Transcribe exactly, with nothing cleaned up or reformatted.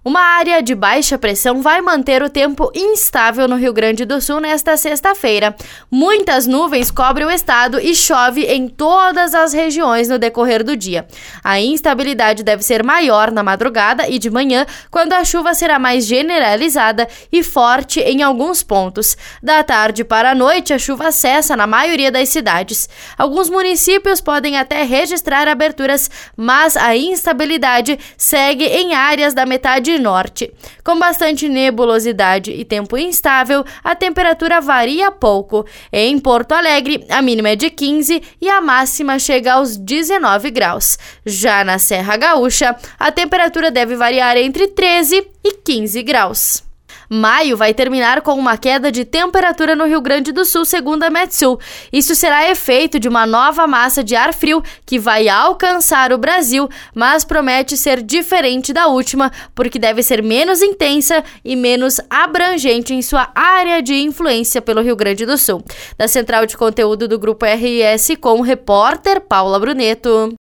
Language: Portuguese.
Uma área de baixa pressão vai manter o tempo instável no Rio Grande do Sul nesta sexta-feira. Muitas nuvens cobrem o estado e chove em todas as regiões no decorrer do dia. A instabilidade deve ser maior na madrugada e de manhã, quando a chuva será mais generalizada e forte em alguns pontos. Da tarde para a noite, a chuva cessa na maioria das cidades. Alguns municípios podem até registrar aberturas, mas a instabilidade segue em áreas da metade norte. Com bastante nebulosidade e tempo instável, a temperatura varia pouco. Em Porto Alegre, a mínima é de quinze e a máxima chega aos dezenove graus. Já na Serra Gaúcha, a temperatura deve variar entre treze e quinze graus. Maio vai terminar com uma queda de temperatura no Rio Grande do Sul, segundo a Metsul. Isso será efeito de uma nova massa de ar frio que vai alcançar o Brasil, mas promete ser diferente da última, porque deve ser menos intensa e menos abrangente em sua área de influência pelo Rio Grande do Sul. Da Central de Conteúdo do Grupo R S, com o repórter Paula Bruneto.